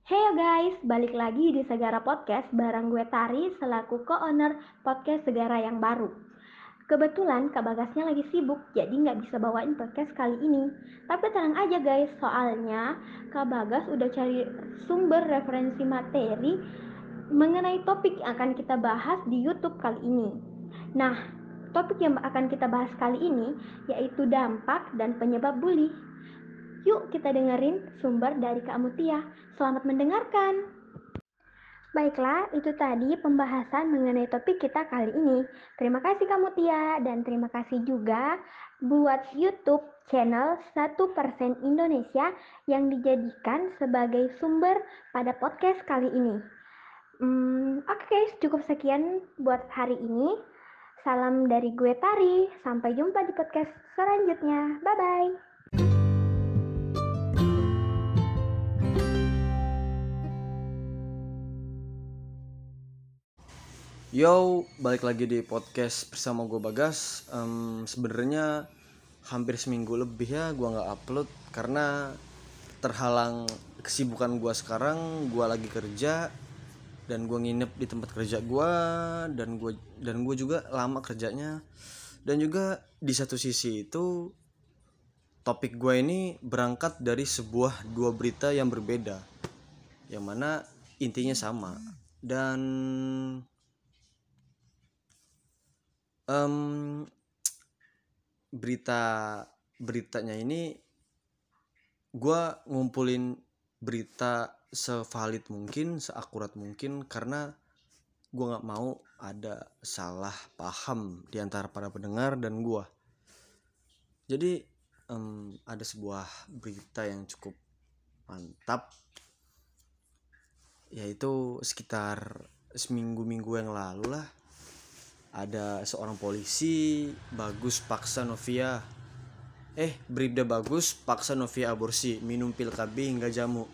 Hey guys, balik lagi di Segara Podcast bareng gue Tari selaku co-owner podcast Segara yang baru. Kebetulan Kak Bagasnya lagi sibuk, jadi nggak bisa bawain podcast kali ini. Tapi tenang aja guys, soalnya Kak Bagas udah cari sumber referensi materi mengenai topik yang akan kita bahas di YouTube kali ini. Nah, topik yang akan kita bahas kali ini yaitu dampak dan penyebab bully. Yuk kita dengerin sumber dari Kak Mutia. Selamat mendengarkan. Baiklah, itu tadi pembahasan mengenai topik kita kali ini. Terima kasih kamu Tia, dan terima kasih juga buat YouTube channel 1% Indonesia yang dijadikan sebagai sumber pada podcast kali ini. Oke guys, cukup sekian buat hari ini. Salam dari gue Tari, sampai jumpa di podcast selanjutnya. Bye-bye. Yo, balik lagi di podcast bersama gue Bagas. Sebenarnya hampir seminggu lebih ya gue nggak upload karena terhalang kesibukan gue sekarang. Gue lagi kerja dan gue nginep di tempat kerja gue dan gue juga lama kerjanya. Dan juga di satu sisi itu topik gue ini berangkat dari dua berita yang berbeda, yang mana intinya sama dan um, beritanya ini gue ngumpulin berita sevalid mungkin, seakurat mungkin, karena gue nggak mau ada salah paham di antara para pendengar dan gue. Jadi ada sebuah berita yang cukup mantap, yaitu sekitar seminggu-minggu yang lalu lah, ada seorang polisi Bagus paksa Novia Bribda Bagus paksa Novia aborsi, minum pil KB hingga jamu.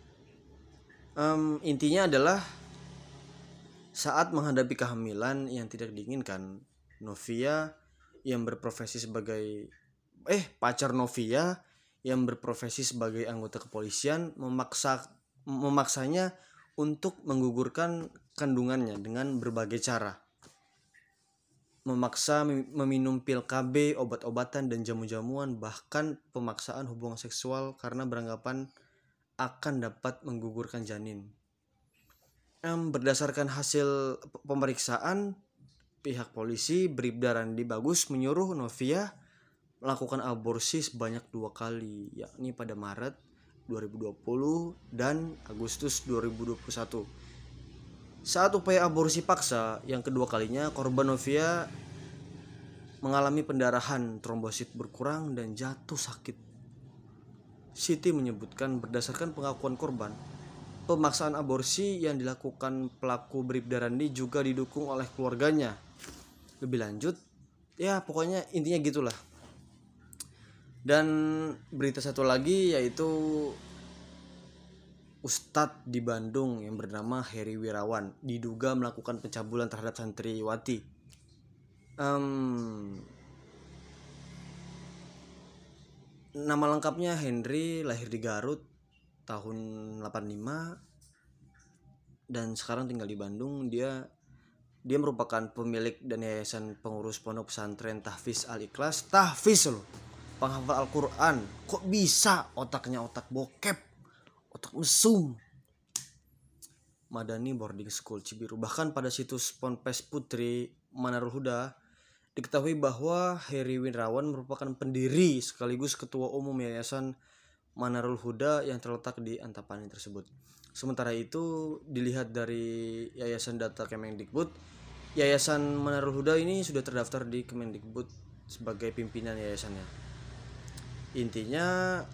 Intinya adalah saat menghadapi kehamilan yang tidak diinginkan, Novia yang berprofesi sebagai pacar Novia yang berprofesi sebagai anggota kepolisian memaksanya untuk menggugurkan kandungannya dengan berbagai cara. Memaksa meminum pil KB, obat-obatan dan jamu-jamuan, bahkan pemaksaan hubungan seksual karena beranggapan akan dapat menggugurkan janin. Berdasarkan hasil pemeriksaan, pihak polisi Bribda Randi Bagus menyuruh Novia melakukan aborsi sebanyak 2 kali, yakni pada Maret 2020 dan Agustus 2021. Saat upaya aborsi paksa yang kedua kalinya, korban Novia mengalami pendarahan, trombosit berkurang, dan jatuh sakit. Siti menyebutkan berdasarkan pengakuan korban, pemaksaan aborsi yang dilakukan pelaku Bribda Randi juga didukung oleh keluarganya. Lebih lanjut, ya pokoknya intinya gitulah. Dan berita satu lagi yaitu Ustadz di Bandung yang bernama Heri Wirawan diduga melakukan pencabulan terhadap santriwati. Nama lengkapnya Henry, lahir di Garut tahun 85 dan sekarang tinggal di Bandung. Dia merupakan pemilik dan yayasan pengurus pondok pesantren Tahfiz Al-Ikhlas. Tahfiz loh, penghafal Al-Quran. Kok bisa otaknya otak bokep, otak mesum. Madani Boarding School Cibiru. Bahkan pada situs Ponpes Putri Manarul Huda diketahui bahwa Heri Wirawan merupakan pendiri sekaligus ketua umum Yayasan Manarul Huda yang terletak di Antapani tersebut. Sementara itu, dilihat dari Yayasan Data Kemendikbud, Yayasan Manarul Huda ini sudah terdaftar di Kemendikbud sebagai pimpinan yayasannya. Intinya,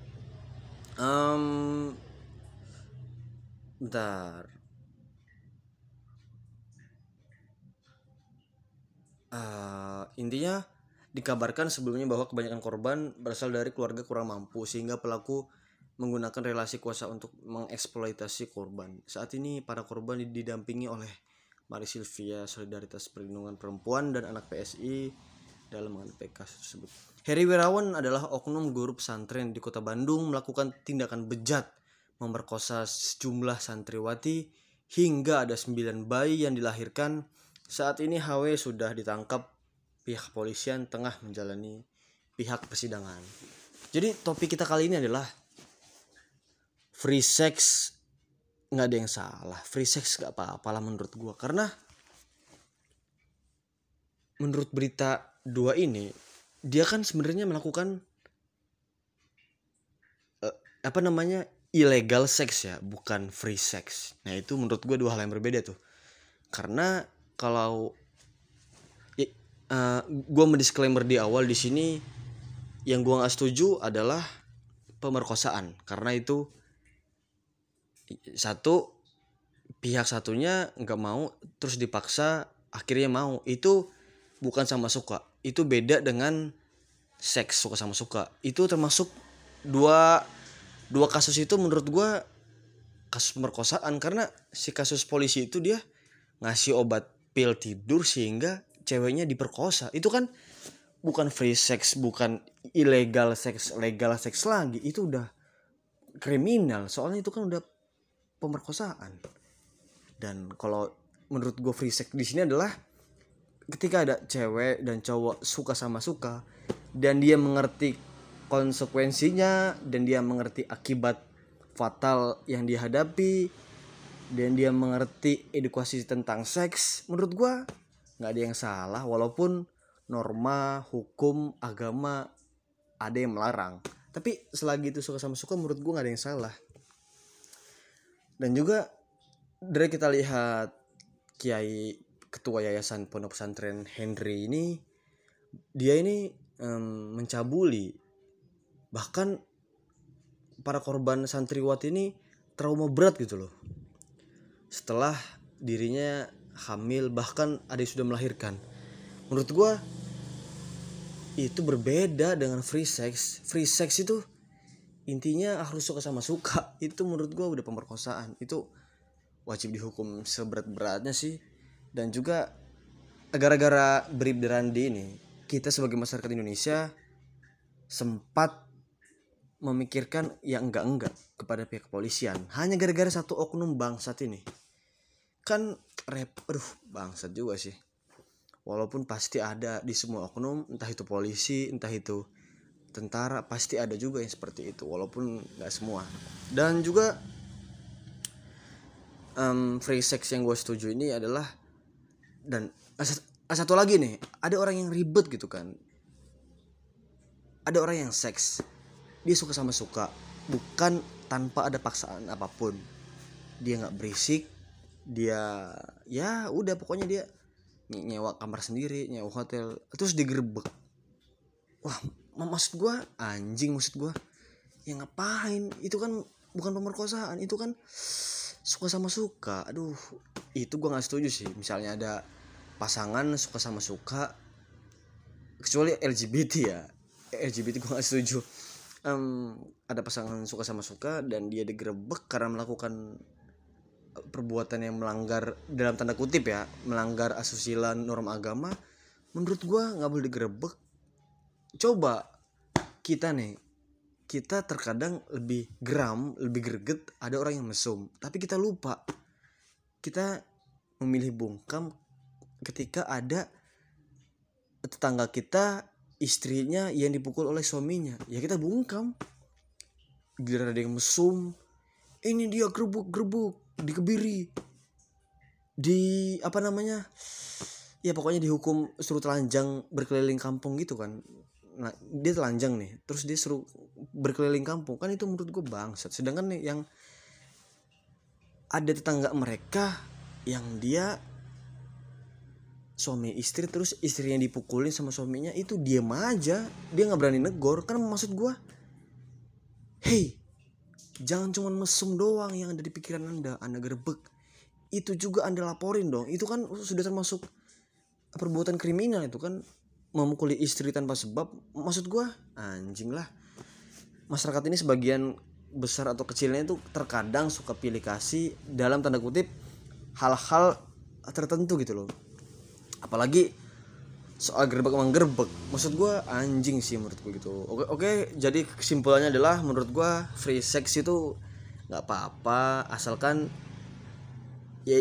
intinya dikabarkan sebelumnya bahwa kebanyakan korban berasal dari keluarga kurang mampu sehingga pelaku menggunakan relasi kuasa untuk mengeksploitasi korban. Saat ini para korban didampingi oleh Mari Silvia Solidaritas Perlindungan Perempuan dan Anak PSI dalam menghadapi kasus tersebut. Heri Wirawan adalah oknum guru pesantren di Kota Bandung melakukan tindakan bejat memerkosa sejumlah santriwati hingga ada 9 bayi yang dilahirkan. Saat ini HW sudah ditangkap pihak kepolisian tengah menjalani pihak persidangan. Jadi topik kita kali ini adalah free sex. Nggak ada yang salah, free sex nggak apa-apalah menurut gue, karena menurut berita 2 ini dia kan sebenarnya melakukan illegal sex ya, bukan free sex. Nah itu menurut gue 2 hal yang berbeda tuh. Karena kalau gue mendisclaimer di awal di sini, yang gue nggak setuju adalah pemerkosaan, karena itu satu pihak satunya nggak mau terus dipaksa akhirnya mau, itu bukan sama suka. Itu beda dengan seks suka sama suka. Itu termasuk dua kasus itu menurut gue kasus pemerkosaan, karena si kasus polisi itu dia ngasih obat pil tidur sehingga ceweknya diperkosa. Itu kan bukan free sex, bukan illegal sex, legal sex lagi. Itu udah kriminal, soalnya itu kan udah pemerkosaan. Dan kalau menurut gue free sex di sini adalah ketika ada cewek dan cowok suka sama suka dan dia mengerti konsekuensinya dan dia mengerti akibat fatal yang dihadapi dan dia mengerti edukasi tentang seks, menurut gue nggak ada yang salah, walaupun norma, hukum, agama ada yang melarang. Tapi selagi itu suka sama suka, menurut gue nggak ada yang salah. Dan juga dari kita lihat Kiai Ketua Yayasan Pondok Pesantren Henry ini, dia ini mencabuli, bahkan para korban santriwati ini trauma berat gitu loh. Setelah dirinya hamil, bahkan ada yang sudah melahirkan. Menurut gue itu berbeda dengan free sex. Free sex itu intinya harus suka sama suka. Itu menurut gue udah pemerkosaan. Itu wajib dihukum seberat-beratnya sih. Dan juga gara-gara beredaran di ini, kita sebagai masyarakat Indonesia sempat memikirkan ya enggak kepada pihak kepolisian. Hanya gara-gara satu oknum bangsat ini. Kan bangsat juga sih. Walaupun pasti ada di semua oknum, entah itu polisi, entah itu tentara, pasti ada juga yang seperti itu, walaupun nggak semua. Dan juga free sex yang gue setuju ini adalah, dan satu lagi nih, ada orang yang ribet gitu kan, ada orang yang seks, dia suka sama suka, bukan tanpa ada paksaan apapun, dia nggak berisik, dia ya udah pokoknya dia nyewa kamar sendiri, nyewa hotel, terus digerebek. Wah, maksud gue anjing, maksud gue ya ngapain, itu kan bukan pemerkosaan, itu kan suka sama suka. Aduh, itu gue nggak setuju sih. Misalnya ada pasangan suka sama suka, kecuali LGBT ya, LGBT gue nggak setuju. Ada pasangan suka sama suka dan dia digerebek karena melakukan perbuatan yang melanggar, dalam tanda kutip ya, melanggar asusila norma agama, menurut gue nggak boleh digerebek. Coba kita terkadang lebih geram, lebih greget ada orang yang mesum, tapi kita lupa, kita memilih bungkam ketika ada tetangga kita, istrinya yang dipukul oleh suaminya, ya kita bungkam. Giliran ada yang mesum, ini dia gerbuk dikebiri, ya pokoknya dihukum, suruh telanjang berkeliling kampung gitu kan. Nah, dia telanjang nih, terus dia suruh berkeliling kampung, kan itu menurut gue bangsat. Sedangkan nih yang ada tetangga mereka yang dia suami istri, terus istrinya dipukulin sama suaminya, itu diem aja, dia nggak berani negor. Kan maksud gue, hey, jangan cuma mesum doang yang ada di pikiran anda gerebek, itu juga anda laporin dong. Itu kan sudah termasuk perbuatan kriminal, itu kan memukuli istri tanpa sebab. Maksud gue anjing lah. Masyarakat ini sebagian besar atau kecilnya itu terkadang suka pilih kasih dalam tanda kutip hal-hal tertentu gitu loh. Apalagi soal gerbek, maksud gue anjing sih menurut gue gitu. Oke, jadi kesimpulannya adalah menurut gue free sex itu nggak apa-apa, asalkan ya,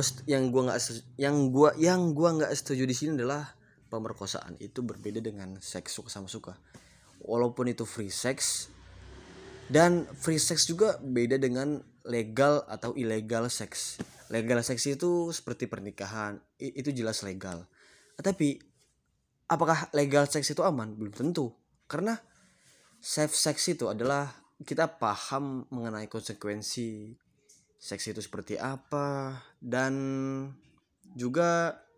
yang gua nggak setuju di sini adalah pemerkosaan. Itu berbeda dengan seks suka sama suka, walaupun itu free sex. Dan free sex juga beda dengan legal atau ilegal seks. Legal seks itu seperti pernikahan, itu jelas legal. Tapi apakah legal seks itu aman? Belum tentu. Karena safe sex itu adalah kita paham mengenai konsekuensi seks itu seperti apa, dan juga